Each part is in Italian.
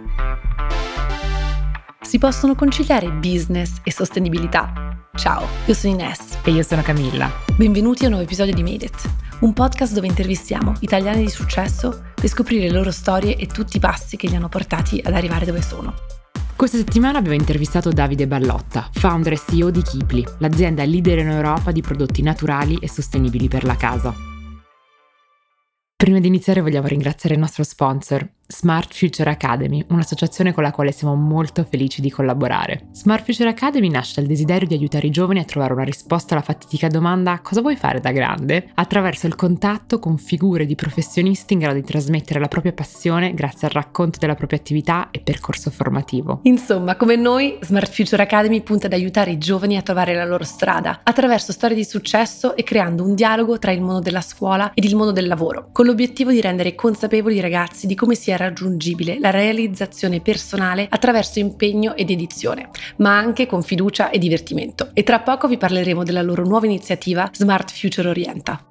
Si possono conciliare business e sostenibilità? Ciao, io sono Ines. E io sono Camilla. Benvenuti a un nuovo episodio di Made It, un podcast dove intervistiamo italiani di successo per scoprire le loro storie e tutti i passi che li hanno portati ad arrivare dove sono. Questa settimana abbiamo intervistato Davide Ballotta, founder e CEO di Keeply, l'azienda leader in Europa di prodotti naturali e sostenibili per la casa. Prima di iniziare vogliamo ringraziare il nostro sponsor, Smart Future Academy, un'associazione con la quale siamo molto felici di collaborare. Smart Future Academy nasce dal desiderio di aiutare i giovani a trovare una risposta alla fatidica domanda «Cosa vuoi fare da grande?», attraverso il contatto con figure di professionisti in grado di trasmettere la propria passione grazie al racconto della propria attività e percorso formativo. Insomma, come noi, Smart Future Academy punta ad aiutare i giovani a trovare la loro strada, attraverso storie di successo e creando un dialogo tra il mondo della scuola ed il mondo del lavoro, con l'obiettivo di rendere consapevoli i ragazzi di come sia raggiungibile la realizzazione personale attraverso impegno e dedizione, ma anche con fiducia e divertimento. E tra poco vi parleremo della loro nuova iniziativa Smart Future Orienta.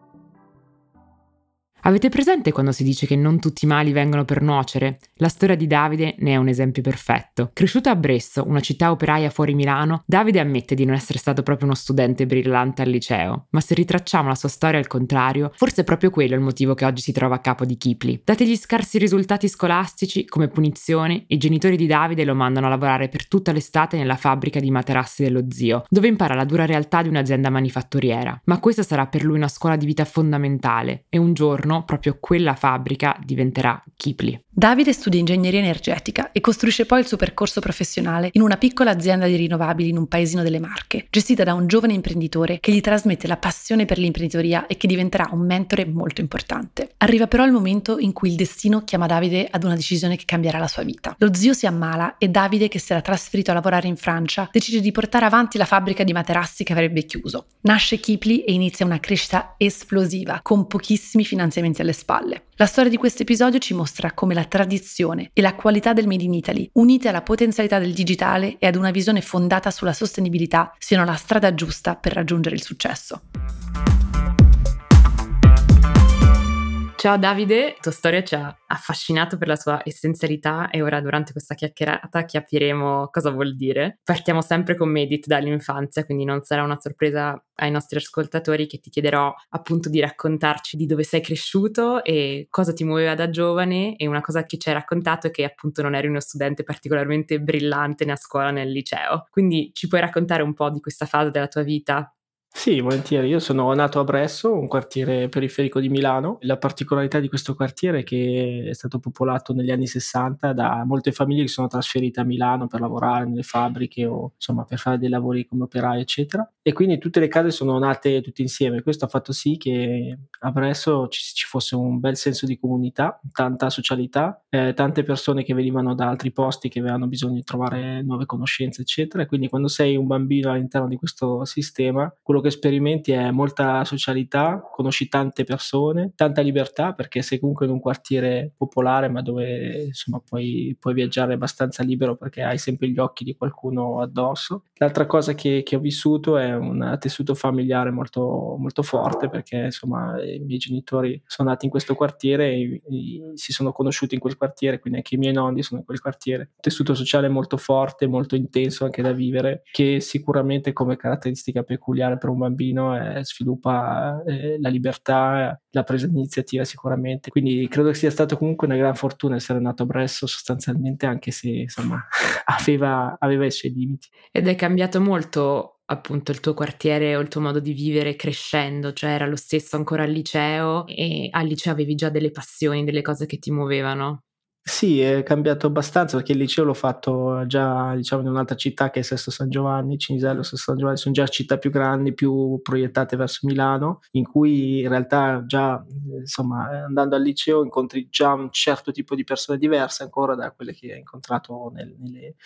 Avete presente quando si dice che non tutti i mali vengono per nuocere? La storia di Davide ne è un esempio perfetto. Cresciuto a Bresso, una città operaia fuori Milano, Davide ammette di non essere stato proprio uno studente brillante al liceo. Ma se ritracciamo la sua storia al contrario, forse è proprio quello il motivo che oggi si trova a capo di Keeply. Dati gli scarsi risultati scolastici, come punizione, i genitori di Davide lo mandano a lavorare per tutta l'estate nella fabbrica di materassi dello zio, dove impara la dura realtà di un'azienda manifatturiera. Ma questa sarà per lui una scuola di vita fondamentale e un giorno proprio quella fabbrica diventerà Keeply. Davide studia ingegneria energetica e costruisce poi il suo percorso professionale in una piccola azienda di rinnovabili in un paesino delle Marche, gestita da un giovane imprenditore che gli trasmette la passione per l'imprenditoria e che diventerà un mentore molto importante. Arriva però il momento in cui il destino chiama Davide ad una decisione che cambierà la sua vita. Lo zio si ammala e Davide, che si era trasferito a lavorare in Francia, decide di portare avanti la fabbrica di materassi che avrebbe chiuso. Nasce Keeply e inizia una crescita esplosiva, con pochissimi finanziamenti alle spalle. La storia di questo episodio ci mostra come la tradizione e la qualità del Made in Italy, unite alla potenzialità del digitale e ad una visione fondata sulla sostenibilità, siano la strada giusta per raggiungere il successo. Ciao Davide, tua storia ci ha affascinato per la sua essenzialità e ora durante questa chiacchierata capiremo cosa vuol dire. Partiamo sempre con Made It dall'infanzia, quindi non sarà una sorpresa ai nostri ascoltatori che ti chiederò appunto di raccontarci di dove sei cresciuto e cosa ti muoveva da giovane, e una cosa che ci hai raccontato è che appunto non eri uno studente particolarmente brillante né a scuola né al liceo. Quindi ci puoi raccontare un po' di questa fase della tua vita? Sì, volentieri. Io sono nato a Bresso, un quartiere periferico di Milano. La particolarità di questo quartiere è che è stato popolato negli anni '60 da molte famiglie che sono trasferite a Milano per lavorare nelle fabbriche o insomma per fare dei lavori come operai, eccetera. E quindi tutte le case sono nate tutte insieme. Questo ha fatto sì che a Bresso ci fosse un bel senso di comunità, tanta socialità, tante persone che venivano da altri posti che avevano bisogno di trovare nuove conoscenze, eccetera. E quindi quando sei un bambino all'interno di questo sistema, quello che sperimenti è molta socialità, conosci tante persone, tanta libertà, perché sei comunque in un quartiere popolare ma dove insomma puoi viaggiare abbastanza libero perché hai sempre gli occhi di qualcuno addosso. L'altra cosa che ho vissuto è un tessuto familiare molto, molto forte, perché insomma i miei genitori sono nati in questo quartiere e si sono conosciuti in quel quartiere, quindi anche i miei nonni sono in quel quartiere. Un tessuto sociale molto forte, molto intenso anche da vivere, che sicuramente come caratteristica peculiare per un bambino sviluppa la libertà, la presa di iniziativa sicuramente. Quindi credo che sia stato comunque una gran fortuna essere nato a Bresso sostanzialmente, anche se insomma aveva i suoi limiti. Ed è cambiato molto appunto il tuo quartiere o il tuo modo di vivere crescendo, cioè era lo stesso ancora al liceo e al liceo avevi già delle passioni, delle cose che ti muovevano? Sì, è cambiato abbastanza perché il liceo l'ho fatto già, diciamo, in un'altra città che è Sesto San Giovanni, Cinisello, Sesto San Giovanni, son già città più grandi, più proiettate verso Milano, in cui in realtà già, insomma, andando al liceo incontri già un certo tipo di persone diverse ancora da quelle che hai incontrato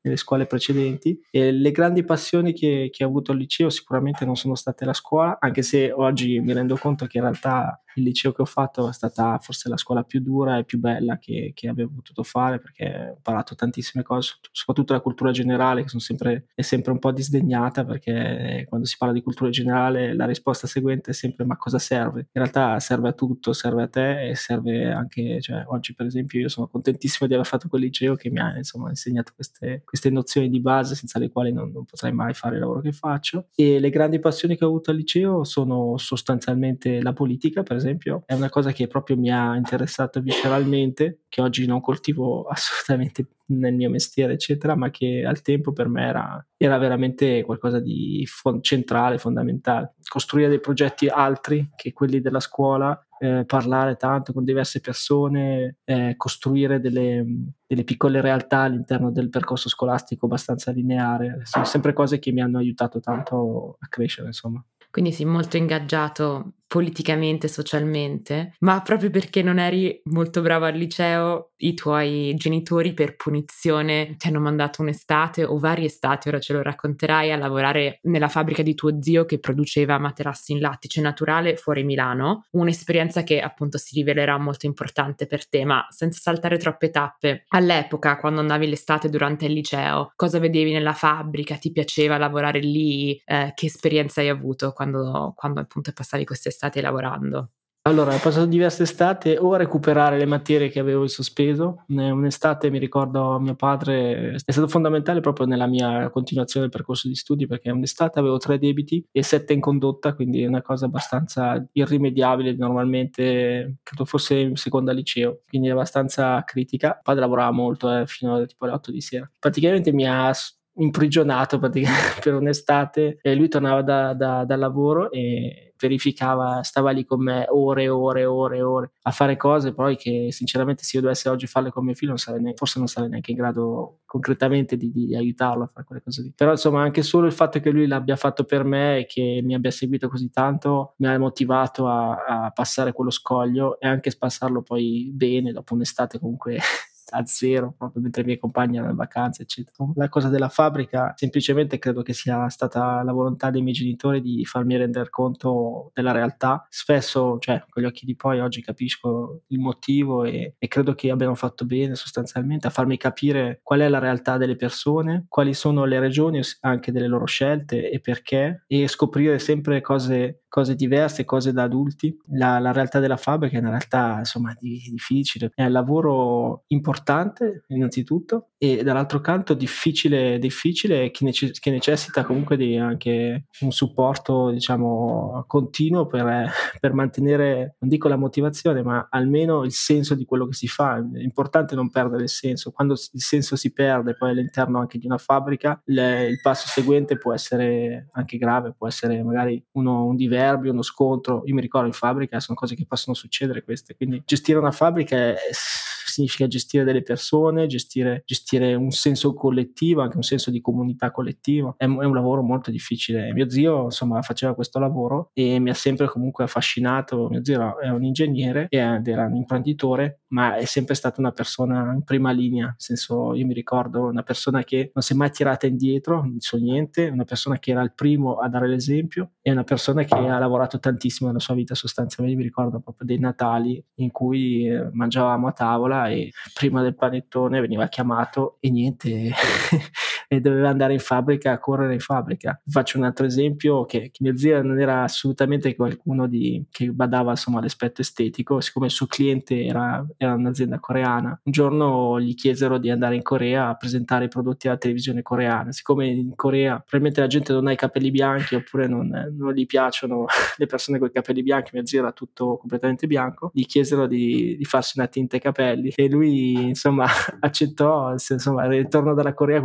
nelle scuole precedenti. E le grandi passioni che ho avuto al liceo sicuramente non sono state la scuola, anche se oggi mi rendo conto che in realtà il liceo che ho fatto è stata forse la scuola più dura e più bella che avevo potuto fare, perché ho imparato tantissime cose, soprattutto la cultura generale, che è sempre un po' disdegnata, perché quando si parla di cultura generale la risposta seguente è sempre: ma cosa serve? In realtà serve a tutto, serve a te e serve anche, cioè, oggi per esempio io sono contentissimo di aver fatto quel liceo che mi ha insomma insegnato queste nozioni di base senza le quali non potrei mai fare il lavoro che faccio. E le grandi passioni che ho avuto al liceo sono sostanzialmente la politica, per esempio. È una cosa che proprio mi ha interessato visceralmente, che oggi non coltivo assolutamente nel mio mestiere eccetera, ma che al tempo per me era veramente qualcosa di centrale, fondamentale. Costruire dei progetti altri che quelli della scuola, parlare tanto con diverse persone, costruire delle piccole realtà all'interno del percorso scolastico abbastanza lineare, sono sempre cose che mi hanno aiutato tanto a crescere, insomma. Quindi sei molto ingaggiato politicamente, socialmente, ma proprio perché non eri molto bravo al liceo, i tuoi genitori per punizione ti hanno mandato un'estate o varie estati, ora ce lo racconterai, a lavorare nella fabbrica di tuo zio che produceva materassi in lattice naturale fuori Milano, un'esperienza che appunto si rivelerà molto importante per te. Ma senza saltare troppe tappe, all'epoca quando andavi l'estate durante il liceo, cosa vedevi nella fabbrica? Ti piaceva lavorare lì? Che esperienza hai avuto quando appunto passavi queste estate lavorando? Allora, ho passato diverse estate o a recuperare le materie che avevo in sospeso. Un'estate, mi ricordo, mio padre è stato fondamentale proprio nella mia continuazione del percorso di studi, perché un'estate avevo 3 debiti e 7 in condotta, quindi è una cosa abbastanza irrimediabile, normalmente credo fosse in seconda liceo, quindi abbastanza critica. Mio padre lavorava molto, fino a tipo alle 8 di sera. Praticamente mi ha imprigionato per un'estate, e lui tornava dal lavoro e verificava, stava lì con me ore e ore e ore e ore a fare cose poi che sinceramente, se io dovessi oggi farle con mio figlio forse non sarei neanche in grado concretamente di aiutarlo a fare quelle cose lì. Però insomma, anche solo il fatto che lui l'abbia fatto per me e che mi abbia seguito così tanto mi ha motivato a passare quello scoglio e anche passarlo poi bene dopo un'estate comunque a zero, proprio mentre i miei compagni erano in vacanza, eccetera. La cosa della fabbrica, semplicemente credo che sia stata la volontà dei miei genitori di farmi render conto della realtà. Spesso, cioè, con gli occhi di poi oggi capisco il motivo e credo che abbiano fatto bene sostanzialmente a farmi capire qual è la realtà delle persone, quali sono le ragioni anche delle loro scelte e perché, e scoprire sempre cose diverse, cose da adulti. La realtà della fabbrica è una realtà insomma difficile, è un lavoro importante innanzitutto e dall'altro canto difficile che necessita comunque di anche un supporto, diciamo, continuo per mantenere, non dico la motivazione, ma almeno il senso di quello che si fa. È importante non perdere il senso. Quando il senso si perde poi all'interno anche di una fabbrica, il passo seguente può essere anche grave, può essere magari un diverbio, uno scontro. Io mi ricordo in fabbrica sono cose che possono succedere queste, quindi gestire una fabbrica significa gestire delle persone, gestire un senso collettivo, anche un senso di comunità collettiva. È un lavoro molto difficile. Mio zio insomma faceva questo lavoro e mi ha sempre comunque affascinato. Mio zio è un ingegnere ed era un imprenditore, ma è sempre stata una persona in prima linea, nel senso, io mi ricordo una persona che non si è mai tirata indietro su niente, una persona che era il primo a dare l'esempio e una persona che ha lavorato tantissimo nella sua vita sostanzialmente. Mi ricordo proprio dei Natali in cui mangiavamo a tavola e prima del panettone veniva chiamato e niente e doveva andare in fabbrica, a correre in fabbrica. Faccio un altro esempio, che mio zio non era assolutamente qualcuno che badava insomma all'aspetto estetico. Siccome il suo cliente era un'azienda coreana, un giorno gli chiesero di andare in Corea a presentare i prodotti alla televisione coreana. Siccome in Corea probabilmente la gente non ha i capelli bianchi oppure non gli piacciono le persone con i capelli bianchi, mio zio era tutto completamente bianco, gli chiesero di farsi una tinta ai capelli e lui insomma accettò, insomma, il ritorno dalla Corea con i capelli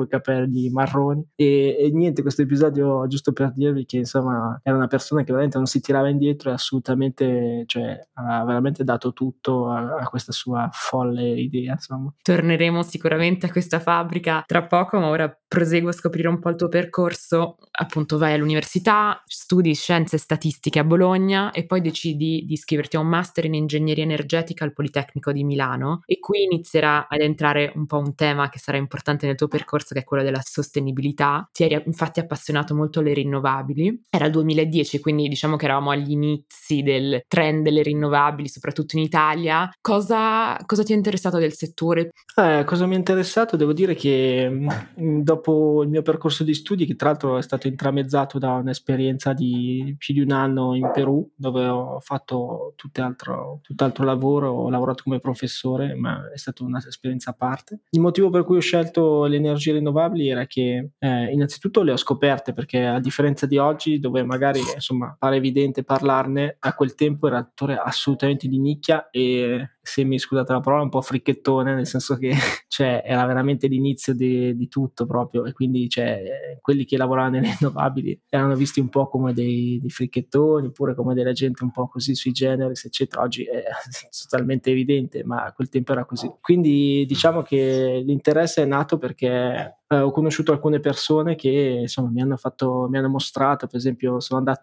quelli marroni, e niente, questo episodio giusto per dirvi che insomma era una persona che veramente non si tirava indietro e assolutamente, cioè, ha veramente dato tutto a questa sua folle idea, insomma. Torneremo sicuramente a questa fabbrica tra poco, ma ora proseguo a scoprire un po' il tuo percorso. Appunto vai all'università, studi scienze statistiche a Bologna e poi decidi di iscriverti a un master in ingegneria energetica al Politecnico di Milano, e qui inizierà ad entrare un po' un tema che sarà importante nel tuo percorso, che è quello della sostenibilità. Ti eri infatti appassionato molto alle rinnovabili, era il 2010, quindi diciamo che eravamo agli inizi del trend delle rinnovabili, soprattutto in Italia. Cosa ti è interessato del settore? Cosa mi è interessato? Devo dire che dopo il mio percorso di studi, che tra l'altro è stato intramezzato da un'esperienza di più di un anno in Perù, dove ho fatto tutt'altro lavoro, ho lavorato come professore, ma è stata un'esperienza a parte. Il motivo per cui ho scelto le energie rinnovabili era che innanzitutto le ho scoperte, perché a differenza di oggi, dove magari insomma pare evidente parlarne, a quel tempo era un settore assolutamente di nicchia e, se mi scusate la parola, un po' fricchettone, nel senso che cioè era veramente l'inizio di tutto proprio, e quindi cioè, quelli che lavoravano nelle rinnovabili erano visti un po' come dei fricchettoni, oppure come della gente un po' così sui generis, eccetera. Oggi è totalmente evidente, ma a quel tempo era così. Quindi diciamo che l'interesse è nato perché ho conosciuto alcune persone che insomma mi hanno mostrato, per esempio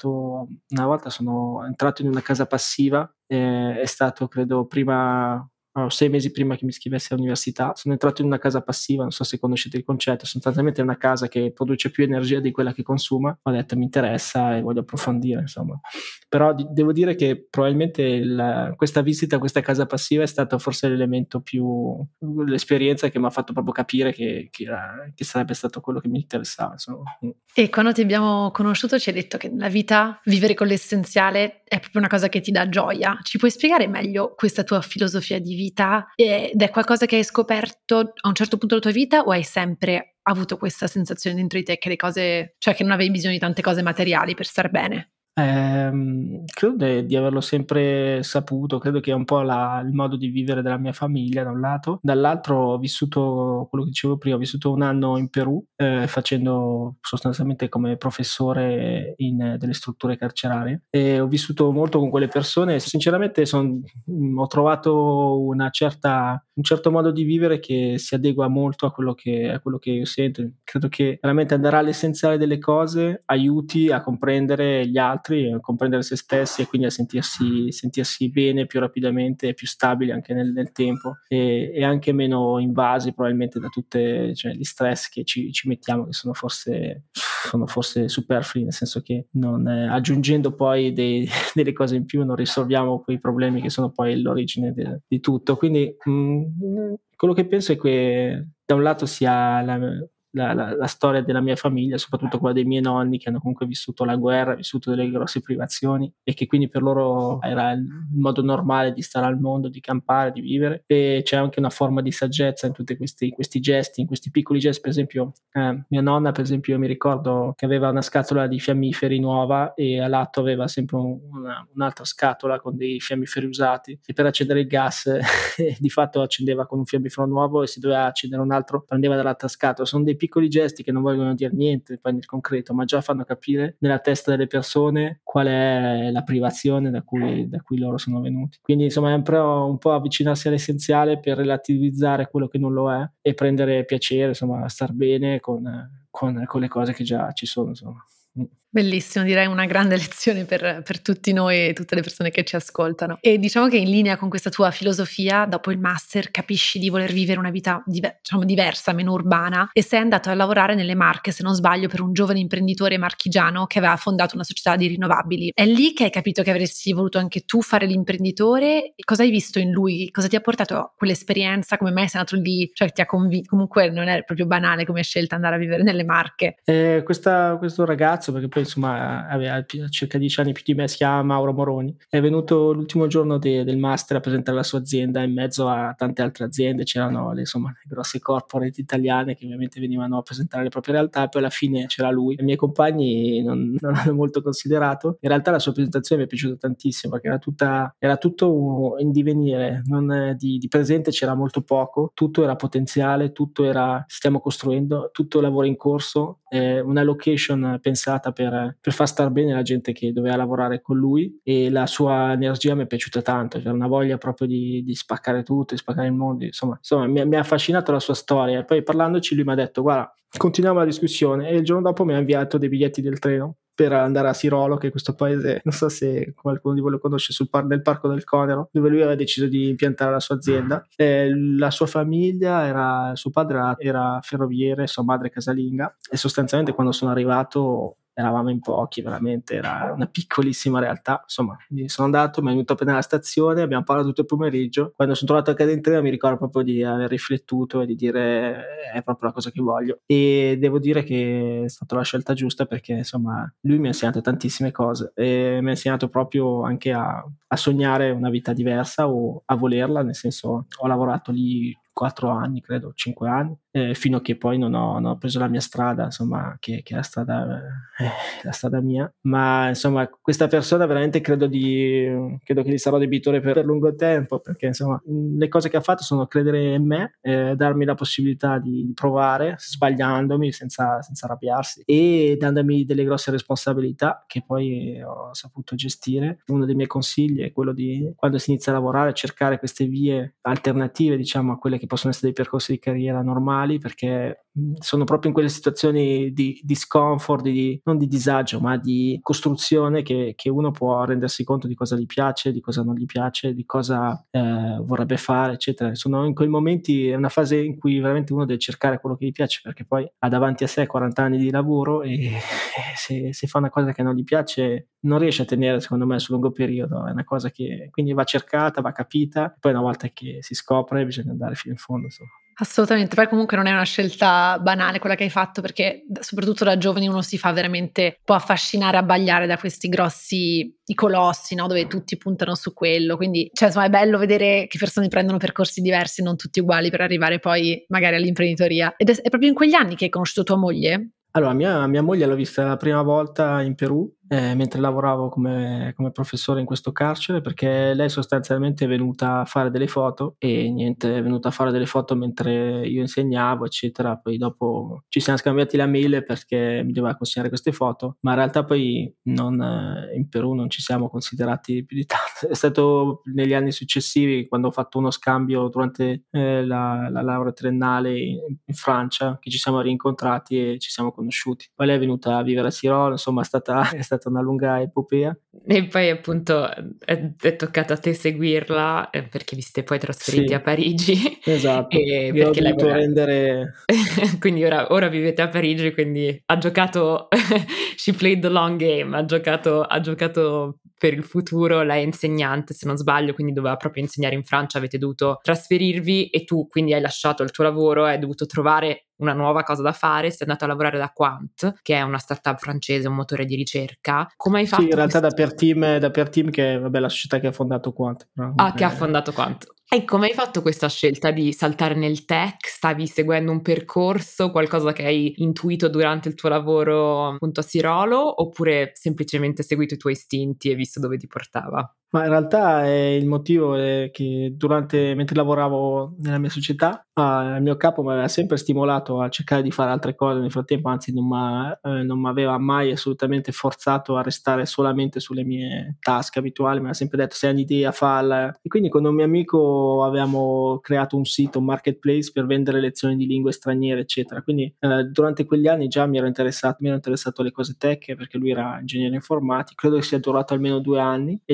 una volta sono entrato in una casa passiva, è stato credo prima 6 mesi prima che mi iscrivessi all'università, sono entrato in una casa passiva, non so se conoscete il concetto, sostanzialmente è una casa che produce più energia di quella che consuma. Ho detto mi interessa e voglio approfondire, insomma. Però devo dire che probabilmente questa visita a questa casa passiva è stato forse l'esperienza che mi ha fatto proprio capire che sarebbe stato quello che mi interessava, insomma. E quando ti abbiamo conosciuto ci hai detto che nella vita vivere con l'essenziale è proprio una cosa che ti dà gioia. Ci puoi spiegare meglio questa tua filosofia di vita? Ed è qualcosa che hai scoperto a un certo punto della tua vita, o hai sempre avuto questa sensazione dentro di te che le cose, cioè che non avevi bisogno di tante cose materiali per star bene? Credo di averlo sempre saputo, credo che è un po' il modo di vivere della mia famiglia da un lato, dall'altro ho vissuto quello che dicevo prima, ho vissuto un anno in Perù, facendo sostanzialmente come professore in delle strutture carcerarie, e ho vissuto molto con quelle persone. Sinceramente ho trovato un certo modo di vivere che si adegua molto a quello che io sento. Credo che veramente andare all'essenziale delle cose aiuti a comprendere gli altri, a comprendere se stessi, e quindi a sentirsi bene più rapidamente e più stabili anche nel tempo, e anche meno invasi probabilmente da tutte, cioè, gli stress che ci mettiamo, che sono forse superflui, nel senso che non aggiungendo poi delle cose in più non risolviamo quei problemi che sono poi l'origine di tutto. Quindi quello che penso è che da un lato sia la storia della mia famiglia, soprattutto quella dei miei nonni, che hanno comunque vissuto la guerra, vissuto delle grosse privazioni, e che quindi per loro era il modo normale di stare al mondo, di campare, di vivere. E c'è anche una forma di saggezza in tutti questi gesti, in questi piccoli gesti. Per esempio mia nonna, per esempio, io mi ricordo che aveva una scatola di fiammiferi nuova, e a lato aveva sempre un'altra scatola con dei fiammiferi usati, e per accendere il gas di fatto accendeva con un fiammifero nuovo, e se doveva accendere un altro prendeva dall'altra scatola. Sono dei piccoli gesti che non vogliono dire niente poi nel concreto, ma già fanno capire nella testa delle persone qual è la privazione da cui loro sono venuti. Quindi insomma è un po' avvicinarsi all'essenziale per relativizzare quello che non lo è, e prendere piacere, insomma, a star bene con le cose che già ci sono, insomma. Bellissimo, direi una grande lezione per tutti noi e tutte le persone che ci ascoltano. E diciamo che in linea con questa tua filosofia, dopo il master capisci di voler vivere una vita diversa, meno urbana, e sei andato a lavorare nelle Marche, se non sbaglio, per un giovane imprenditore marchigiano che aveva fondato una società di rinnovabili. È lì che hai capito che avresti voluto anche tu fare l'imprenditore? E cosa hai visto in lui? Cosa ti ha portato a quell'esperienza? Come mai sei andato lì? Cioè ti ha convinto? Comunque non è proprio banale come scelta andare a vivere nelle Marche. Questo ragazzo, perché poi insomma aveva circa 10 anni più di me, si chiama Mauro Moroni, è venuto l'ultimo giorno del master a presentare la sua azienda in mezzo a tante altre aziende, c'erano insomma le grosse corporate italiane che ovviamente venivano a presentare le proprie realtà, e poi alla fine c'era lui. I miei compagni non l'hanno molto considerato, in realtà la sua presentazione mi è piaciuta tantissimo perché era tutto in divenire, di presente c'era molto poco, tutto era potenziale, tutto era stiamo costruendo, tutto lavoro in corso, una location pensata per far star bene la gente che doveva lavorare con lui, e la sua energia mi è piaciuta tanto, c'era una voglia proprio di spaccare tutto, di spaccare il mondo, insomma mi ha affascinato la sua storia, e poi parlandoci lui mi ha detto guarda, continuiamo la discussione, e il giorno dopo mi ha inviato dei biglietti del treno per andare a Sirolo, che è questo paese, non so se qualcuno di voi lo conosce, nel Parco del Conero, dove lui aveva deciso di impiantare la sua azienda. La sua famiglia suo padre era ferroviere, sua madre casalinga, e sostanzialmente quando sono arrivato eravamo in pochi, veramente, era una piccolissima realtà. Insomma, sono andato, mi è venuto a prendere alla stazione, abbiamo parlato tutto il pomeriggio. Quando sono tornato a casa in treno mi ricordo proprio di aver riflettuto e di dire è proprio la cosa che voglio, e devo dire che è stata la scelta giusta, perché insomma lui mi ha insegnato tantissime cose e mi ha insegnato proprio anche a sognare una vita diversa o a volerla, nel senso ho lavorato lì 4 anni, credo 5 anni, fino a che poi non ho preso la mia strada, insomma, che è la strada mia. Ma insomma questa persona veramente credo che gli sarò debitore per lungo tempo, perché insomma le cose che ha fatto sono credere in me, darmi la possibilità di provare sbagliandomi senza arrabbiarsi, e dandomi delle grosse responsabilità che poi ho saputo gestire. Uno dei miei consigli è quello di, quando si inizia a lavorare, cercare queste vie alternative, diciamo, a quelle che possono essere dei percorsi di carriera normali, perché sono proprio in quelle situazioni di discomfort, non di disagio, ma di costruzione, che uno può rendersi conto di cosa gli piace, di cosa non gli piace, di cosa vorrebbe fare, eccetera. Sono in quei momenti, è una fase in cui veramente uno deve cercare quello che gli piace, perché poi ha davanti a sé 40 anni di lavoro, e se fa una cosa che non gli piace non riesce a tenere, secondo me, sul lungo periodo. È una cosa che quindi va cercata, va capita, poi una volta che si scopre bisogna andare fino in fondo, insomma. Assolutamente, poi comunque non è una scelta banale quella che hai fatto, perché soprattutto da giovani uno si fa veramente, può affascinare, abbagliare da questi grossi, i colossi, no? Dove tutti puntano su quello, quindi cioè, insomma, è bello vedere che persone prendono percorsi diversi, non tutti uguali, per arrivare poi magari all'imprenditoria. Ed è proprio in quegli anni che hai conosciuto tua moglie? Allora, mia moglie l'ho vista la prima volta in Perù, mentre lavoravo come professore in questo carcere, perché lei sostanzialmente è venuta a fare delle foto, e niente, è venuta a fare delle foto mentre io insegnavo, eccetera. Poi dopo ci siamo scambiati la mail perché mi doveva consegnare queste foto, ma in realtà poi in Perù non ci siamo considerati più di tanto. È stato negli anni successivi, quando ho fatto uno scambio durante la laurea triennale in Francia, che ci siamo rincontrati e ci siamo conosciuti. Poi lei è venuta a vivere a Sirolo, insomma è stata una lunga epopea. E poi appunto è toccato a te seguirla, perché vi siete poi trasferiti Sì, a Parigi. esatto. E Io ho perché lei dovuto rendere quindi ora vivete a Parigi, quindi ha giocato she played the long game, ha giocato per il futuro. Lei è insegnante, se non sbaglio, quindi doveva proprio insegnare in Francia, avete dovuto trasferirvi e tu quindi hai lasciato il tuo lavoro, hai dovuto trovare una nuova cosa da fare, sei andato a lavorare da Quant, che è una startup francese, un motore di ricerca. Come hai fatto? Sì, in realtà da Per Team, che è vabbè, la società che ha fondato Quant. Che ha fondato Quant. E come hai fatto questa scelta di saltare nel tech? Stavi seguendo un percorso, qualcosa che hai intuito durante il tuo lavoro appunto a Sirolo, oppure semplicemente seguito i tuoi istinti e visto dove ti portava? Ma in realtà il motivo è che mentre lavoravo nella mia società, il mio capo mi aveva sempre stimolato a cercare di fare altre cose nel frattempo, anzi non mi aveva mai assolutamente forzato a restare solamente sulle mie task abituali, mi aveva sempre detto se hai un'idea falla. E quindi con un mio amico avevamo creato un sito, un marketplace per vendere lezioni di lingue straniere, eccetera. Quindi durante quegli anni già mi ero interessato alle cose tech, perché lui era ingegnere informatico, credo che sia durato almeno 2 anni, e già in quei 2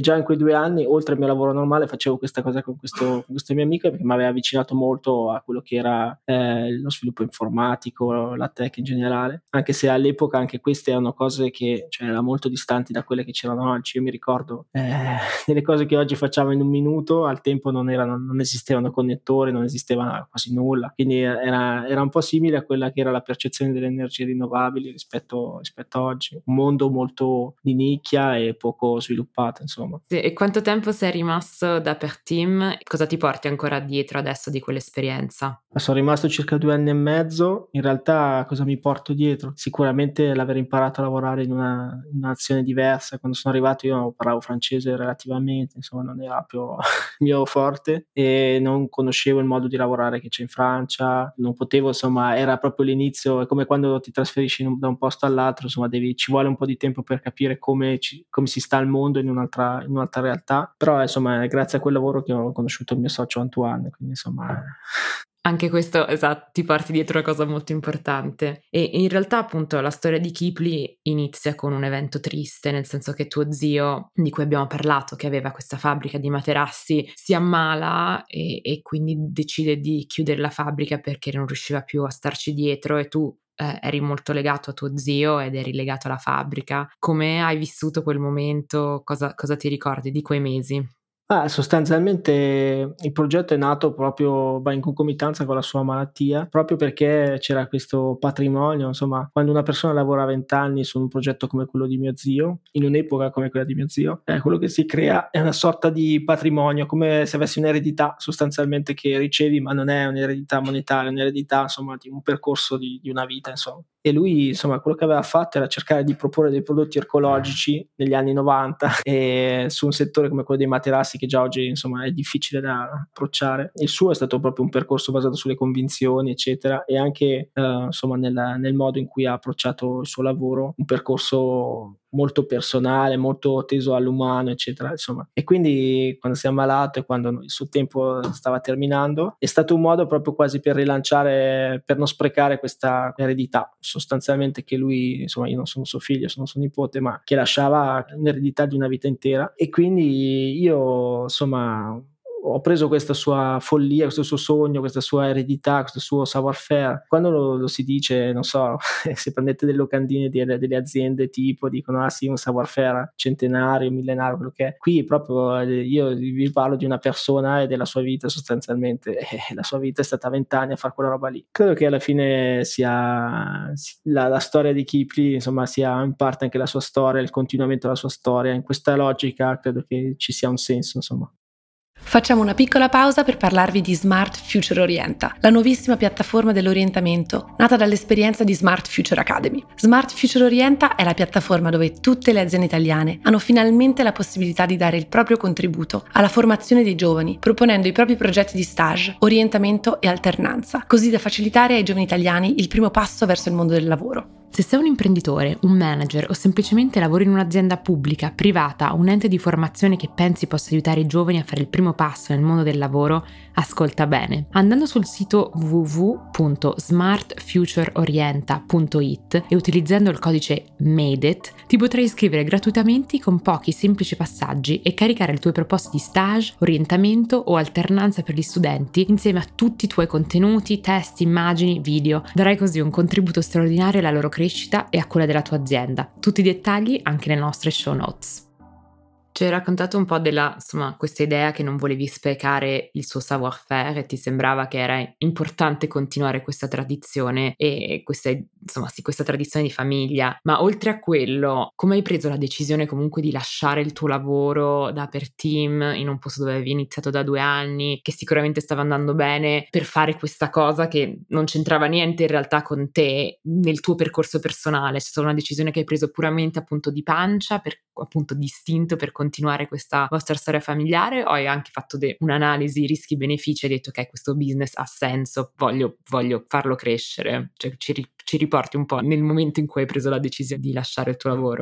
2 anni, oltre al mio lavoro normale, facevo questa cosa con questo mio amico, perché mi aveva avvicinato molto a quello che era lo sviluppo informatico, la tech in generale, anche se all'epoca anche queste erano cose che, cioè, erano molto distanti da quelle che c'erano oggi. Io mi ricordo delle cose che oggi facciamo in un minuto, al tempo non esistevano connettori, non esisteva quasi nulla, quindi era un po' simile a quella che era la percezione delle energie rinnovabili rispetto a oggi, un mondo molto di nicchia e poco sviluppato, insomma. Sì, e quanto tempo sei rimasto da per team? Cosa ti porti ancora dietro adesso di quell'esperienza? Sono rimasto circa 2 anni e mezzo. In realtà cosa mi porto dietro? Sicuramente l'aver imparato a lavorare in in un'azione diversa. Quando sono arrivato io parlavo francese relativamente, insomma non era proprio il mio forte, e non conoscevo il modo di lavorare che c'è in Francia, non potevo, insomma, era proprio l'inizio. È come quando ti trasferisci da un posto all'altro, insomma ci vuole un po' di tempo per capire come si sta al mondo in un'altra realtà, però insomma è grazie a quel lavoro che ho conosciuto il mio socio Antoine, quindi insomma. Anche questo, esatto, ti porti dietro una cosa molto importante. E in realtà, appunto, la storia di Kipli inizia con un evento triste, nel senso che tuo zio, di cui abbiamo parlato, che aveva questa fabbrica di materassi, si ammala e quindi decide di chiudere la fabbrica perché non riusciva più a starci dietro, e tu eri molto legato a tuo zio ed eri legato alla fabbrica. Come hai vissuto quel momento? Cosa ti ricordi di quei mesi? Sostanzialmente il progetto è nato proprio, in concomitanza con la sua malattia, proprio perché c'era questo patrimonio, insomma, quando una persona lavora 20 anni su un progetto come quello di mio zio, in un'epoca come quella di mio zio, quello che si crea è una sorta di patrimonio, come se avessi un'eredità sostanzialmente che ricevi, ma non è un'eredità monetaria, è un'eredità, insomma, di un percorso di una vita, insomma. E lui, insomma, quello che aveva fatto era cercare di proporre dei prodotti ecologici negli anni 90 e su un settore come quello dei materassi, che già oggi, insomma, è difficile da approcciare. Il suo è stato proprio un percorso basato sulle convinzioni, eccetera, e anche insomma nel modo in cui ha approcciato il suo lavoro, un percorso molto personale, molto teso all'umano, eccetera, insomma. E quindi quando si è ammalato e quando il suo tempo stava terminando, è stato un modo proprio quasi per rilanciare, per non sprecare questa eredità, sostanzialmente, che lui, insomma, io non sono suo figlio, sono suo nipote, ma che lasciava un'eredità di una vita intera. E quindi io, insomma, ho preso questa sua follia, questo suo sogno, questa sua eredità, questo suo savoir-faire. Quando lo si dice, non so, se prendete delle locandine delle aziende tipo, dicono sì, un savoir-faire centenario, millenario, quello che è. Qui proprio io vi parlo di una persona e della sua vita, sostanzialmente, e la sua vita è stata 20 anni a fare quella roba lì. Credo che alla fine sia la storia di Kipli, insomma, sia in parte anche la sua storia, il continuamento della sua storia. In questa logica credo che ci sia un senso, insomma. Facciamo una piccola pausa per parlarvi di Smart Future Orienta, la nuovissima piattaforma dell'orientamento nata dall'esperienza di Smart Future Academy. Smart Future Orienta è la piattaforma dove tutte le aziende italiane hanno finalmente la possibilità di dare il proprio contributo alla formazione dei giovani, proponendo i propri progetti di stage, orientamento e alternanza, così da facilitare ai giovani italiani il primo passo verso il mondo del lavoro. Se sei un imprenditore, un manager o semplicemente lavori in un'azienda pubblica, privata o un ente di formazione che pensi possa aiutare i giovani a fare il primo passo nel mondo del lavoro, ascolta bene. Andando sul sito www.smartfutureorienta.it e utilizzando il codice MADEIT, ti potrai iscrivere gratuitamente con pochi semplici passaggi e caricare le tue proposte di stage, orientamento o alternanza per gli studenti insieme a tutti i tuoi contenuti, test, immagini, video. Darai così un contributo straordinario alla loro crescita e a quella della tua azienda. Tutti i dettagli anche nelle nostre show notes. Ci hai raccontato un po' questa idea che non volevi sprecare il suo savoir-faire e ti sembrava che era importante continuare questa tradizione e questa tradizione di famiglia. Ma oltre a quello, come hai preso la decisione comunque di lasciare il tuo lavoro da per team in un posto dove avevi iniziato da 2 anni, che sicuramente stava andando bene, per fare questa cosa che non c'entrava niente in realtà con te nel tuo percorso personale? C'è stata una decisione che hai preso puramente appunto di pancia, per appunto distinto, per continuare questa vostra storia familiare, o hai anche fatto un'analisi rischi-benefici e hai detto ok, questo business ha senso, voglio farlo crescere? Cioè ci riporti un po' nel momento in cui hai preso la decisione di lasciare il tuo lavoro?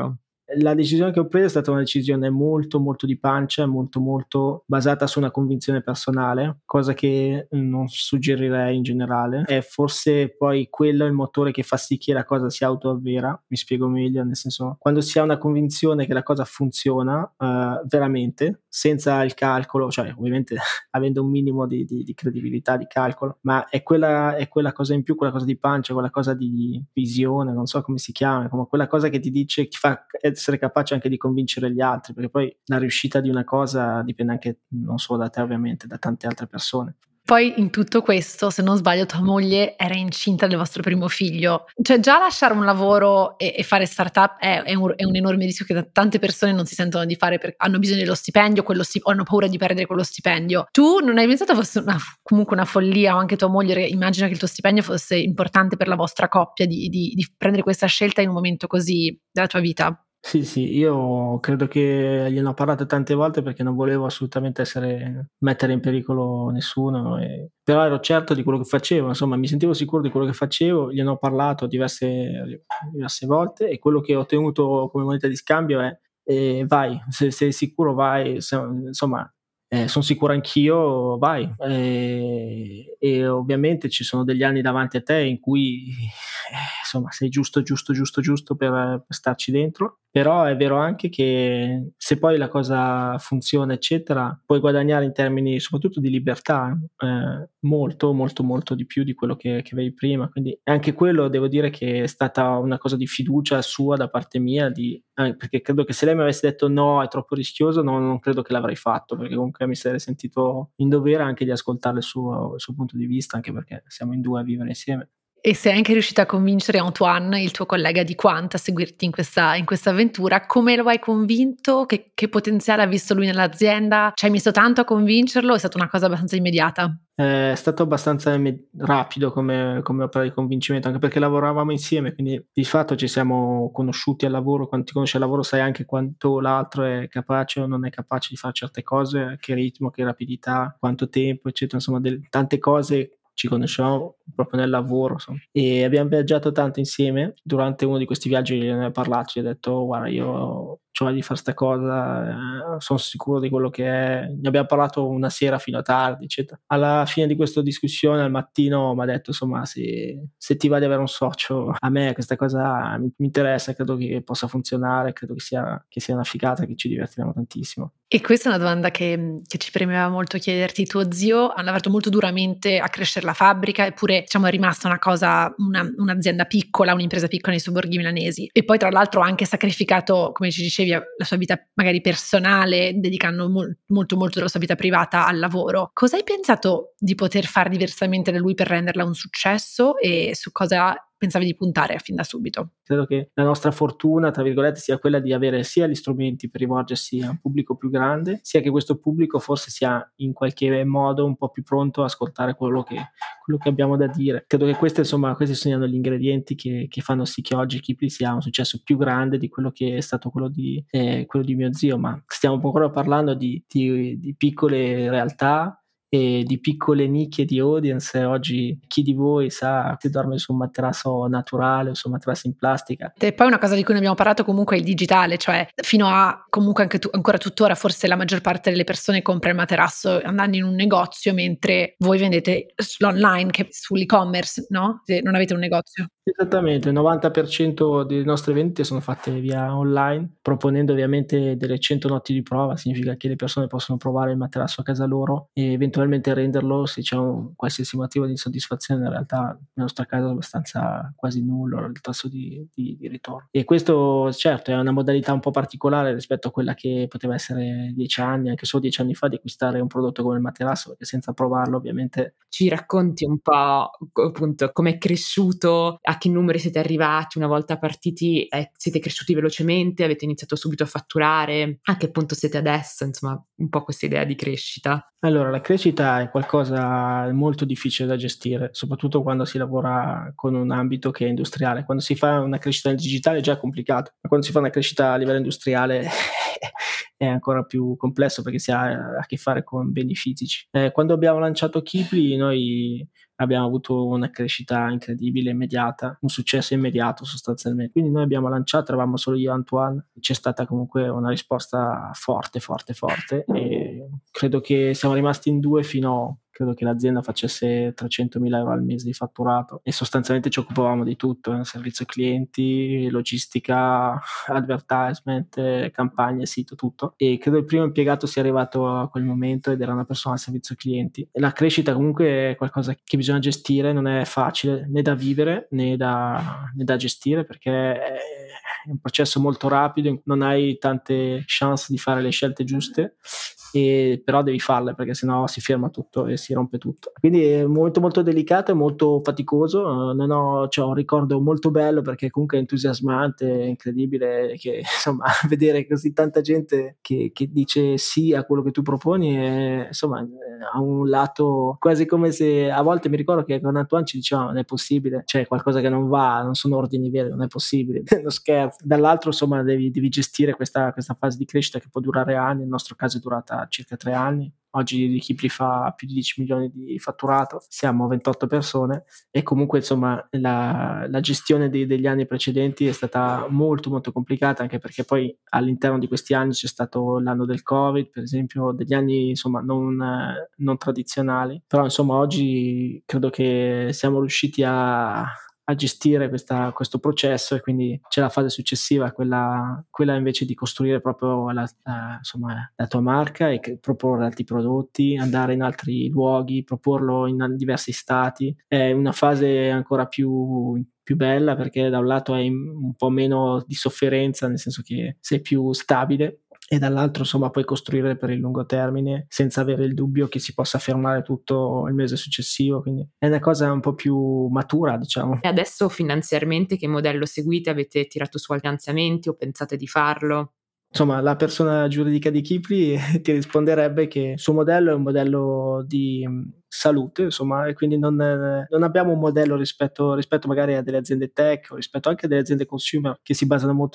La decisione che ho preso è stata una decisione molto molto di pancia, molto molto basata su una convinzione personale, cosa che non suggerirei in generale. È forse poi quello il motore che fa sì che la cosa si autoavvera. Mi spiego meglio, nel senso, quando si ha una convinzione che la cosa funziona veramente, senza il calcolo, cioè ovviamente avendo un minimo di credibilità, di calcolo, ma è quella cosa in più, quella cosa di pancia, quella cosa di visione, non so come si chiama, come quella cosa che ti dice, ti fa essere capace anche di convincere gli altri, perché poi la riuscita di una cosa dipende anche non solo da te ovviamente, da tante altre persone. Poi in tutto questo, se non sbaglio, tua moglie era incinta del vostro primo figlio. Cioè già lasciare un lavoro e fare startup è un enorme rischio che tante persone non si sentono di fare perché hanno bisogno dello stipendio, o hanno paura di perdere quello stipendio. Tu non hai pensato fosse comunque una follia, o anche tua moglie, immagina che il tuo stipendio fosse importante per la vostra coppia di prendere questa scelta in un momento così della tua vita? Sì, io credo che gliene ho parlato tante volte perché non volevo assolutamente mettere in pericolo nessuno, però ero certo di quello che facevo, insomma mi sentivo sicuro di quello che facevo, gliene ho parlato diverse volte e quello che ho ottenuto come moneta di scambio è vai, se sei sicuro vai, insomma sono sicuro anch'io, vai. E ovviamente ci sono degli anni davanti a te in cui insomma sei giusto per starci dentro, però è vero anche che se poi la cosa funziona eccetera, puoi guadagnare in termini soprattutto di libertà molto, molto, molto di più di quello che avevi prima, quindi anche quello devo dire che è stata una cosa di fiducia sua da parte mia, perché credo che se lei mi avesse detto no, è troppo rischioso, non credo che l'avrei fatto, perché comunque mi sarei sentito in dovere anche di ascoltare il suo punto di vista, anche perché siamo in 2 a vivere insieme. E sei anche riuscita a convincere Antoine, il tuo collega di Quant, a seguirti in questa avventura. Come lo hai convinto? Che potenziale ha visto lui nell'azienda? Ci hai messo tanto a convincerlo? È stata una cosa abbastanza immediata? È stato abbastanza rapido come opera di convincimento, anche perché lavoravamo insieme, quindi di fatto ci siamo conosciuti al lavoro. Quando ti conosci al lavoro sai anche quanto l'altro è capace o non è capace di fare certe cose, che ritmo, che rapidità, quanto tempo, eccetera. Insomma, tante cose ci conoscevamo proprio nel lavoro, insomma. E abbiamo viaggiato tanto insieme. Durante uno di questi viaggi gliene ho parlato, gli ho detto guarda, io ho voglia di fare sta cosa, sono sicuro di quello che è. Ne abbiamo parlato una sera fino a tardi, eccetera. Alla fine di questa discussione, al mattino, mi ha detto insomma se ti va di avere un socio, a me questa cosa mi interessa, credo che possa funzionare, credo che sia una figata, che ci divertiremo tantissimo. E questa è una domanda che ci premeva molto chiederti. Tuo zio ha lavorato molto duramente a crescere la fabbrica, eppure diciamo è rimasta un'azienda piccola, un'impresa piccola nei sobborghi milanesi. E poi tra l'altro ha anche sacrificato, come ci dicevi, la sua vita magari personale, dedicando molto molto della sua vita privata al lavoro. Cosa hai pensato di poter fare diversamente da lui per renderla un successo e su cosa pensavi di puntare fin da subito? Credo che la nostra fortuna, tra virgolette, sia quella di avere sia gli strumenti per rivolgersi a un pubblico più grande, sia che questo pubblico forse sia in qualche modo un po' più pronto a ascoltare quello che abbiamo da dire. Credo che questi sono gli ingredienti che fanno sì che oggi Keeply sia un successo più grande di quello che è stato quello di mio zio, ma stiamo ancora parlando di piccole realtà e di piccole nicchie di audience. Oggi chi di voi sa se dorme su un materasso naturale o su un materasso in plastica? E poi una cosa di cui ne abbiamo parlato comunque è il digitale, cioè fino a comunque anche ancora tuttora forse la maggior parte delle persone compra il materasso andando in un negozio, mentre voi vendete online, che sull'e-commerce, no? Se non avete un negozio. Esattamente, il 90% delle nostre vendite sono fatte via online, proponendo ovviamente delle 100 notti di prova. Significa che le persone possono provare il materasso a casa loro e eventualmente renderlo se c'è un qualsiasi motivo di insoddisfazione. In realtà nel nostro caso è abbastanza quasi nullo il tasso di ritorno. E questo certo è una modalità un po' particolare rispetto a quella che poteva essere 10 anni, anche solo 10 anni fa, di acquistare un prodotto come il materasso, perché senza provarlo ovviamente. Ci racconti un po' appunto come è cresciuto, a che numeri siete arrivati una volta partiti, siete cresciuti velocemente, avete iniziato subito a fatturare, a che punto siete adesso, insomma un po' questa idea di crescita. Allora, la crescita è qualcosa molto difficile da gestire, soprattutto quando si lavora con un ambito che è industriale. Quando si fa una crescita nel digitale è già complicato, ma quando si fa una crescita a livello industriale è ancora più complesso perché si ha a che fare con beni fisici. Quando abbiamo lanciato Keeply noi abbiamo avuto una crescita incredibile, immediata, un successo immediato sostanzialmente. Quindi noi abbiamo lanciato, eravamo solo io e Antoine, c'è stata comunque una risposta forte e credo che siamo rimasti in 2 credo che l'azienda facesse 300.000 euro al mese di fatturato e sostanzialmente ci occupavamo di tutto, servizio clienti, logistica, advertisement, campagne, sito, tutto. E credo il primo impiegato sia arrivato a quel momento ed era una persona al servizio clienti. E la crescita comunque è qualcosa che bisogna gestire, non è facile né da vivere né da gestire perché è un processo molto rapido, non hai tante chance di fare le scelte giuste. Però devi farle perché sennò si ferma tutto e si rompe tutto, quindi è molto molto delicato e molto faticoso. Non ho, cioè, un ricordo molto bello perché comunque è entusiasmante, è incredibile che insomma vedere così tanta gente che dice sì a quello che tu proponi e, insomma, ha un lato quasi come se a volte mi ricordo che con Antoine ci diceva non è possibile, c'è qualcosa che non va, non sono ordini veri, non è possibile, non scherzo. Dall'altro insomma devi gestire questa fase di crescita che può durare anni, nel nostro caso è durata circa 3 anni. Oggi Keeply fa più di 10 milioni di fatturato, siamo 28 persone e comunque insomma la gestione degli anni precedenti è stata molto molto complicata, anche perché poi all'interno di questi anni c'è stato l'anno del Covid, per esempio, degli anni insomma non tradizionali, però insomma oggi credo che siamo riusciti a gestire questo processo e quindi c'è la fase successiva, quella invece di costruire proprio insomma, la tua marca e proporre altri prodotti, andare in altri luoghi, proporlo in diversi stati. È una fase ancora più bella perché da un lato hai un po' meno di sofferenza, nel senso che sei più stabile, e dall'altro insomma puoi costruire per il lungo termine senza avere il dubbio che si possa fermare tutto il mese successivo, quindi è una cosa un po' più matura, diciamo. E adesso finanziariamente che modello seguite? Avete tirato su finanziamenti o pensate di farlo? Insomma, la persona giuridica di Keeply ti risponderebbe che il suo modello è un modello di salute, insomma, e quindi non abbiamo un modello rispetto magari a delle aziende tech o rispetto anche a delle aziende consumer che si basano molto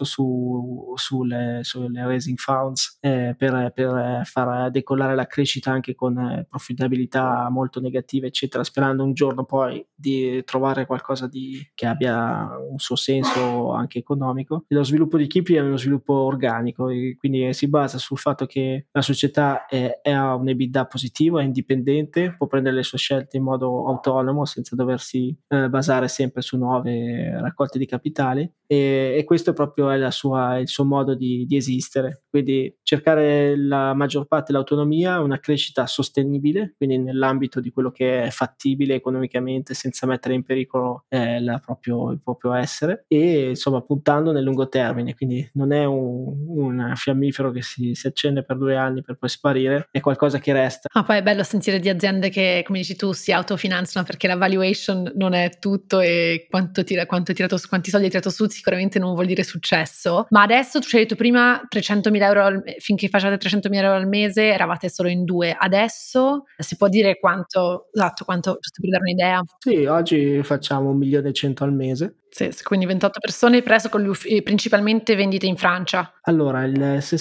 sulle raising funds per far decollare la crescita anche con profitabilità molto negative, eccetera, sperando un giorno poi di trovare qualcosa che abbia un suo senso anche economico. E lo sviluppo di Keeply è uno sviluppo organico e quindi si basa sul fatto che la società ha un EBITDA positivo, è indipendente, può prendere le sue scelte in modo autonomo senza doversi basare sempre su nuove raccolte di capitali e questo proprio è il suo modo di esistere, quindi cercare la maggior parte dell'autonomia, una crescita sostenibile, quindi nell'ambito di quello che è fattibile economicamente senza mettere in pericolo il proprio essere e insomma puntando nel lungo termine, quindi non è un fiammifero che si accende per 2 anni per poi sparire, è qualcosa che resta. Poi è bello sentire di aziende che, come dici tu, si autofinanziano perché la valuation non è tutto e quanti soldi hai tirato su sicuramente non vuol dire successo. Ma adesso tu ci hai detto prima 300.000 euro finché facevate 300.000 euro al mese eravate solo in 2, adesso si può dire quanto, giusto per dare un'idea? Sì, oggi facciamo 1.100.000 al mese. Sì, quindi 28 persone presso con principalmente vendite in Francia. Allora, il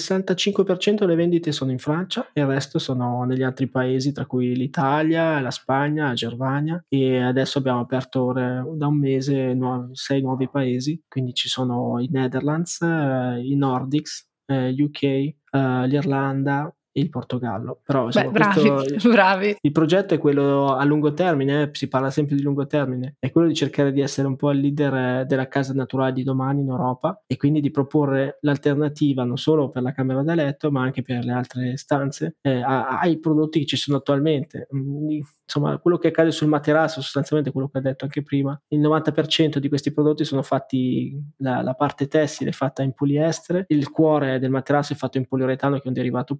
65% delle vendite sono in Francia e il resto sono negli altri paesi, tra cui l'Italia, la Spagna, la Germania e adesso abbiamo aperto da un mese 6 nuovi paesi, quindi ci sono i Netherlands, i Nordics, UK, l'Irlanda e il Portogallo. Però insomma, bravi. Il progetto è quello a lungo termine, si parla sempre di lungo termine, è quello di cercare di essere un po' il leader della casa naturale di domani in Europa e quindi di proporre l'alternativa non solo per la camera da letto ma anche per le altre stanze ai prodotti che ci sono attualmente. Insomma, quello che accade sul materasso, sostanzialmente quello che ho detto anche prima, il 90% di questi prodotti sono fatti, la parte tessile è fatta in poliestere, il cuore del materasso è fatto in poliuretano che è un derivato plastico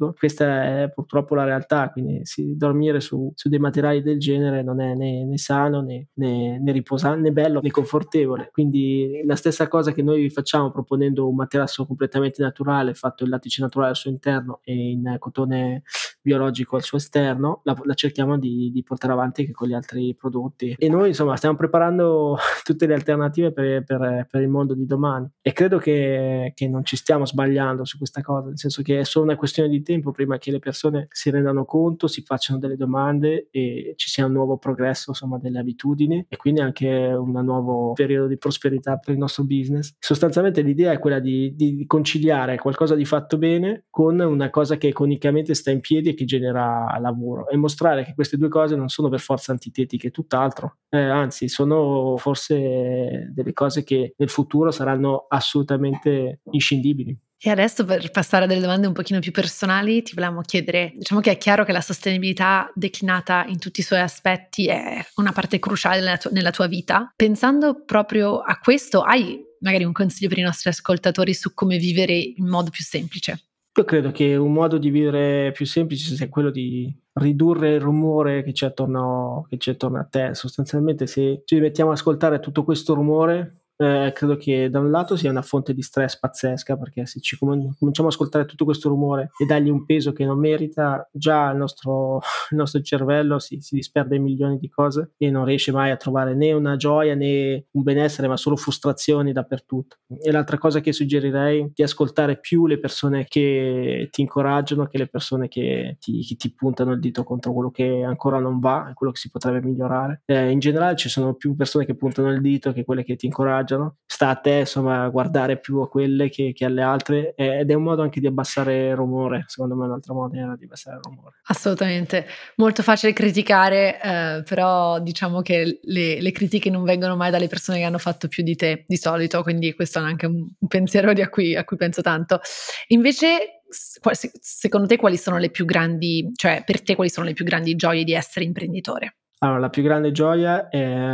dico, questa è purtroppo la realtà, quindi dormire su dei materiali del genere non è né sano né riposante, né bello né confortevole. Quindi la stessa cosa che noi facciamo proponendo un materasso completamente naturale, fatto in lattice naturale al suo interno e in cotone biologico al suo esterno, la cerchiamo di portare avanti anche con gli altri prodotti. E noi insomma stiamo preparando tutte le alternative per il mondo di domani, e credo che non ci stiamo sbagliando su questa cosa, nel senso che è solo una questione di tempo prima che le persone si rendano conto, si facciano delle domande e ci sia un nuovo progresso, insomma, delle abitudini, e quindi anche un nuovo periodo di prosperità per il nostro business. Sostanzialmente l'idea è quella di conciliare qualcosa di fatto bene con una cosa che iconicamente sta in piedi e che genera lavoro, e mostrare che queste due cose non sono per forza antitetiche, tutt'altro, anzi sono forse delle cose che nel futuro saranno assolutamente inscindibili. E adesso, per passare a delle domande un pochino più personali, ti volevamo chiedere, diciamo che è chiaro che la sostenibilità declinata in tutti i suoi aspetti è una parte cruciale nella tua vita. Pensando proprio a questo, hai magari un consiglio per i nostri ascoltatori su come vivere in modo più semplice? Io credo che un modo di vivere più semplice sia quello di ridurre il rumore che c'è attorno a te. Sostanzialmente, se ci mettiamo ad ascoltare tutto questo rumore, credo che da un lato sia una fonte di stress pazzesca, perché se ci cominciamo ad ascoltare tutto questo rumore e dargli un peso che non merita, già il nostro cervello si disperde in milioni di cose e non riesce mai a trovare né una gioia né un benessere, ma solo frustrazioni dappertutto. E l'altra cosa che suggerirei è di ascoltare più le persone che ti incoraggiano che le persone che ti puntano il dito contro quello che ancora non va e quello che si potrebbe migliorare. In generale ci sono più persone che puntano il dito che quelle che ti incoraggiano. Sta a te insomma guardare più a quelle che alle altre, ed è un modo anche di abbassare il rumore. Secondo me un altro modo era di abbassare il rumore. Assolutamente, molto facile criticare, però diciamo che le critiche non vengono mai dalle persone che hanno fatto più di te di solito, quindi questo è anche un pensiero a cui penso tanto. Invece, secondo te quali sono le più grandi, cioè per te quali sono le più grandi gioie di essere imprenditore? Allora, la più grande gioia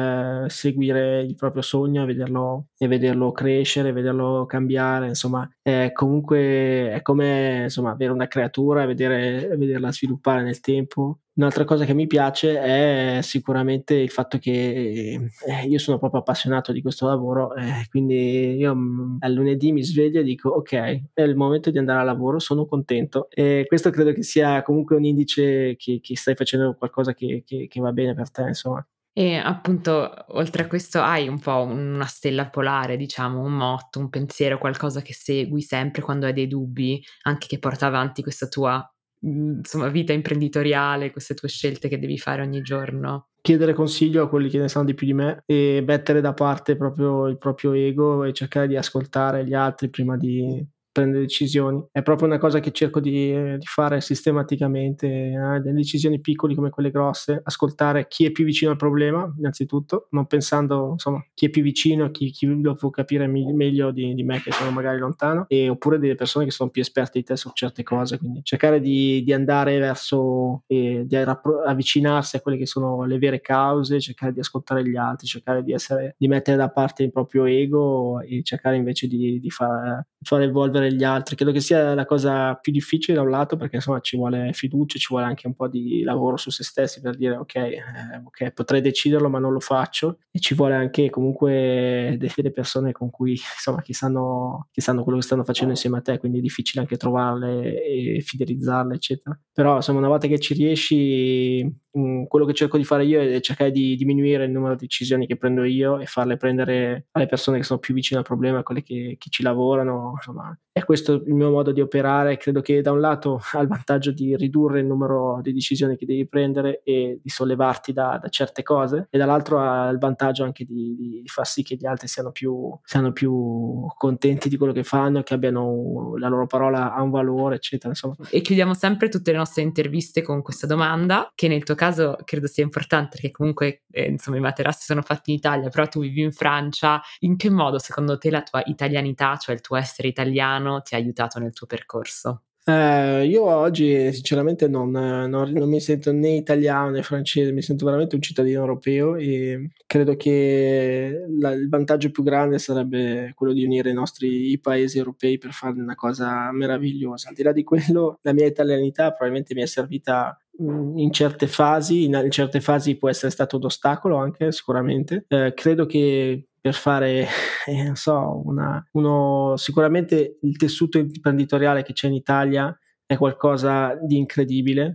è seguire il proprio sogno e vederlo crescere, vederlo cambiare, insomma, comunque è come, insomma, avere una creatura e vederla sviluppare nel tempo. Un'altra cosa che mi piace è sicuramente il fatto che io sono proprio appassionato di questo lavoro, quindi io al lunedì mi sveglio e dico: "Okay, è il momento di andare al lavoro, sono contento", e questo credo che sia comunque un indice che stai facendo qualcosa che va bene per te, insomma. E appunto, oltre a questo, hai un po' una stella polare, diciamo, un motto, un pensiero, qualcosa che segui sempre quando hai dei dubbi, anche che porta avanti questa tua, insomma, vita imprenditoriale, queste tue scelte che devi fare ogni giorno? Chiedere consiglio a quelli che ne sanno di più di me e mettere da parte proprio il proprio ego e cercare di ascoltare gli altri prima di prendere decisioni. È proprio una cosa che cerco di fare sistematicamente, delle decisioni piccole come quelle grosse, ascoltare chi è più vicino al problema innanzitutto, non pensando insomma chi è più vicino, chi lo può capire meglio di me che sono magari lontano, oppure delle persone che sono più esperte di te su certe cose, quindi cercare di andare verso avvicinarsi a quelle che sono le vere cause, cercare di ascoltare gli altri, cercare di mettere da parte il proprio ego e cercare invece di far evolvere gli altri. Credo che sia la cosa più difficile da un lato, perché insomma ci vuole fiducia, ci vuole anche un po' di lavoro su se stessi per dire ok, potrei deciderlo ma non lo faccio, e ci vuole anche comunque delle persone con cui insomma che sanno quello che stanno facendo insieme a te, quindi è difficile anche trovarle e fidelizzarle eccetera. Però insomma una volta che ci riesci, quello che cerco di fare io è cercare di diminuire il numero di decisioni che prendo io e farle prendere alle persone che sono più vicine al problema, quelle che ci lavorano, insomma. E questo è il mio modo di operare. Credo che da un lato ha il vantaggio di ridurre il numero di decisioni che devi prendere e di sollevarti da certe cose, e dall'altro ha il vantaggio anche di far sì che gli altri siano più contenti di quello che fanno e che abbiano la loro parola ha un valore, eccetera, insomma. E chiudiamo sempre tutte le nostre interviste con questa domanda, che nel tuo caso credo sia importante perché comunque insomma i materassi sono fatti in Italia, però tu vivi in Francia. In che modo secondo te la tua italianità, cioè il tuo essere italiano, ti ha aiutato nel tuo percorso? Io oggi sinceramente non mi sento né italiano né francese, mi sento veramente un cittadino europeo e credo che il vantaggio più grande sarebbe quello di unire i paesi europei per fare una cosa meravigliosa. Al di là di quello, la mia italianità probabilmente mi è servita in certe fasi può essere stato un ostacolo anche sicuramente. Credo che per fare non so, sicuramente il tessuto imprenditoriale che c'è in Italia è qualcosa di incredibile.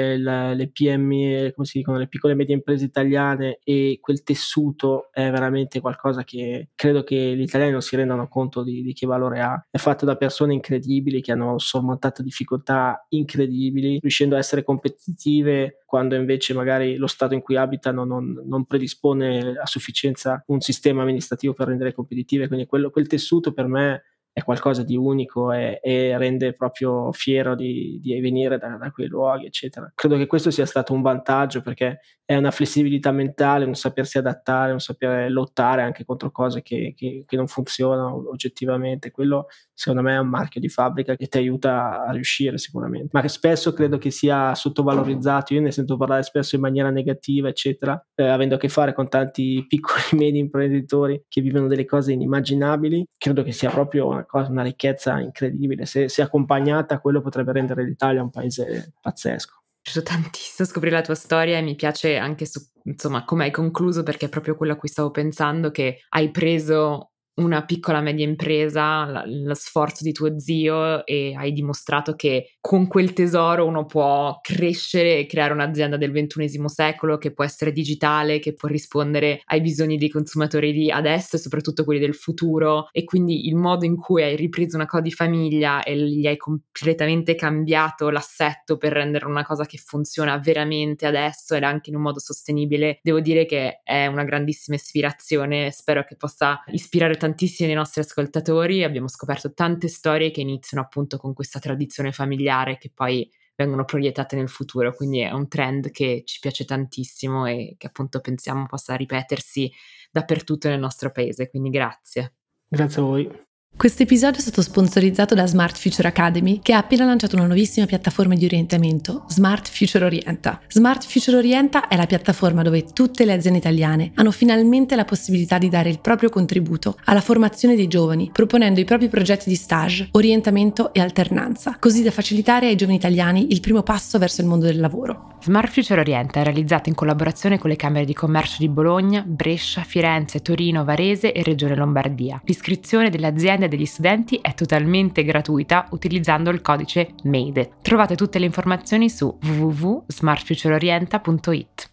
Le PMI, come si dicono, le piccole e medie imprese italiane, e quel tessuto è veramente qualcosa che credo che gli italiani non si rendano conto di che valore ha. È fatto da persone incredibili che hanno sormontato difficoltà incredibili, riuscendo a essere competitive quando invece magari lo stato in cui abitano non predispone a sufficienza un sistema amministrativo per rendere competitive. Quindi quel tessuto per me è qualcosa di unico e rende proprio fiero di venire da quei luoghi, eccetera. Credo che questo sia stato un vantaggio, perché è una flessibilità mentale, un sapersi adattare, un sapere lottare anche contro cose che non funzionano oggettivamente. Quello secondo me è un marchio di fabbrica che ti aiuta a riuscire sicuramente, ma che spesso credo che sia sottovalorizzato. Io ne sento parlare spesso in maniera negativa, eccetera, avendo a che fare con tanti piccoli e medi imprenditori che vivono delle cose inimmaginabili. Credo che sia proprio una ricchezza incredibile. Se accompagnata, quello potrebbe rendere l'Italia un paese pazzesco. Mi piace tantissimo scoprire la tua storia e mi piace anche insomma come hai concluso, perché è proprio quello a cui stavo pensando, che hai preso una piccola media impresa, lo sforzo di tuo zio, e hai dimostrato che con quel tesoro uno può crescere e creare un'azienda del XXI secolo, che può essere digitale, che può rispondere ai bisogni dei consumatori di adesso e soprattutto quelli del futuro. E quindi il modo in cui hai ripreso una cosa di famiglia e gli hai completamente cambiato l'assetto per rendere una cosa che funziona veramente adesso ed anche in un modo sostenibile, devo dire che è una grandissima ispirazione. Spero che possa ispirare tantissimi dei nostri ascoltatori. Abbiamo scoperto tante storie che iniziano appunto con questa tradizione familiare, che poi vengono proiettate nel futuro, quindi è un trend che ci piace tantissimo e che appunto pensiamo possa ripetersi dappertutto nel nostro paese, quindi grazie. Grazie a voi. Questo episodio è stato sponsorizzato da Smart Future Academy, che ha appena lanciato una nuovissima piattaforma di orientamento, Smart Future Orienta. Smart Future Orienta è la piattaforma dove tutte le aziende italiane hanno finalmente la possibilità di dare il proprio contributo alla formazione dei giovani, proponendo i propri progetti di stage, orientamento e alternanza, così da facilitare ai giovani italiani il primo passo verso il mondo del lavoro. Smart Future Orienta è realizzato in collaborazione con le Camere di Commercio di Bologna, Brescia, Firenze, Torino, Varese e Regione Lombardia. L'iscrizione delle aziende e degli studenti è totalmente gratuita utilizzando il codice MADE. Trovate tutte le informazioni su www.smartfutureorienta.it.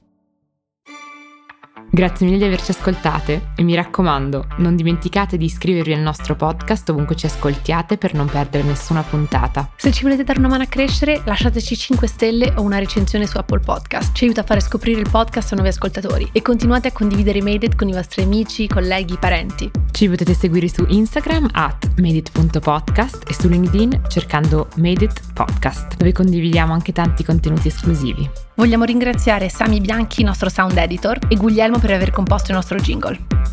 Grazie mille di averci ascoltate e mi raccomando, non dimenticate di iscrivervi al nostro podcast ovunque ci ascoltiate per non perdere nessuna puntata. Se ci volete dare una mano a crescere, lasciateci 5 stelle o una recensione su Apple Podcast. Ci aiuta a fare scoprire il podcast a nuovi ascoltatori, e continuate a condividere Made It con i vostri amici, colleghi, parenti. Ci potete seguire su Instagram @madeit.podcast e su LinkedIn cercando Made It Podcast, dove condividiamo anche tanti contenuti esclusivi. Vogliamo ringraziare Sami Bianchi, nostro sound editor, e Guglielmo per aver composto il nostro jingle.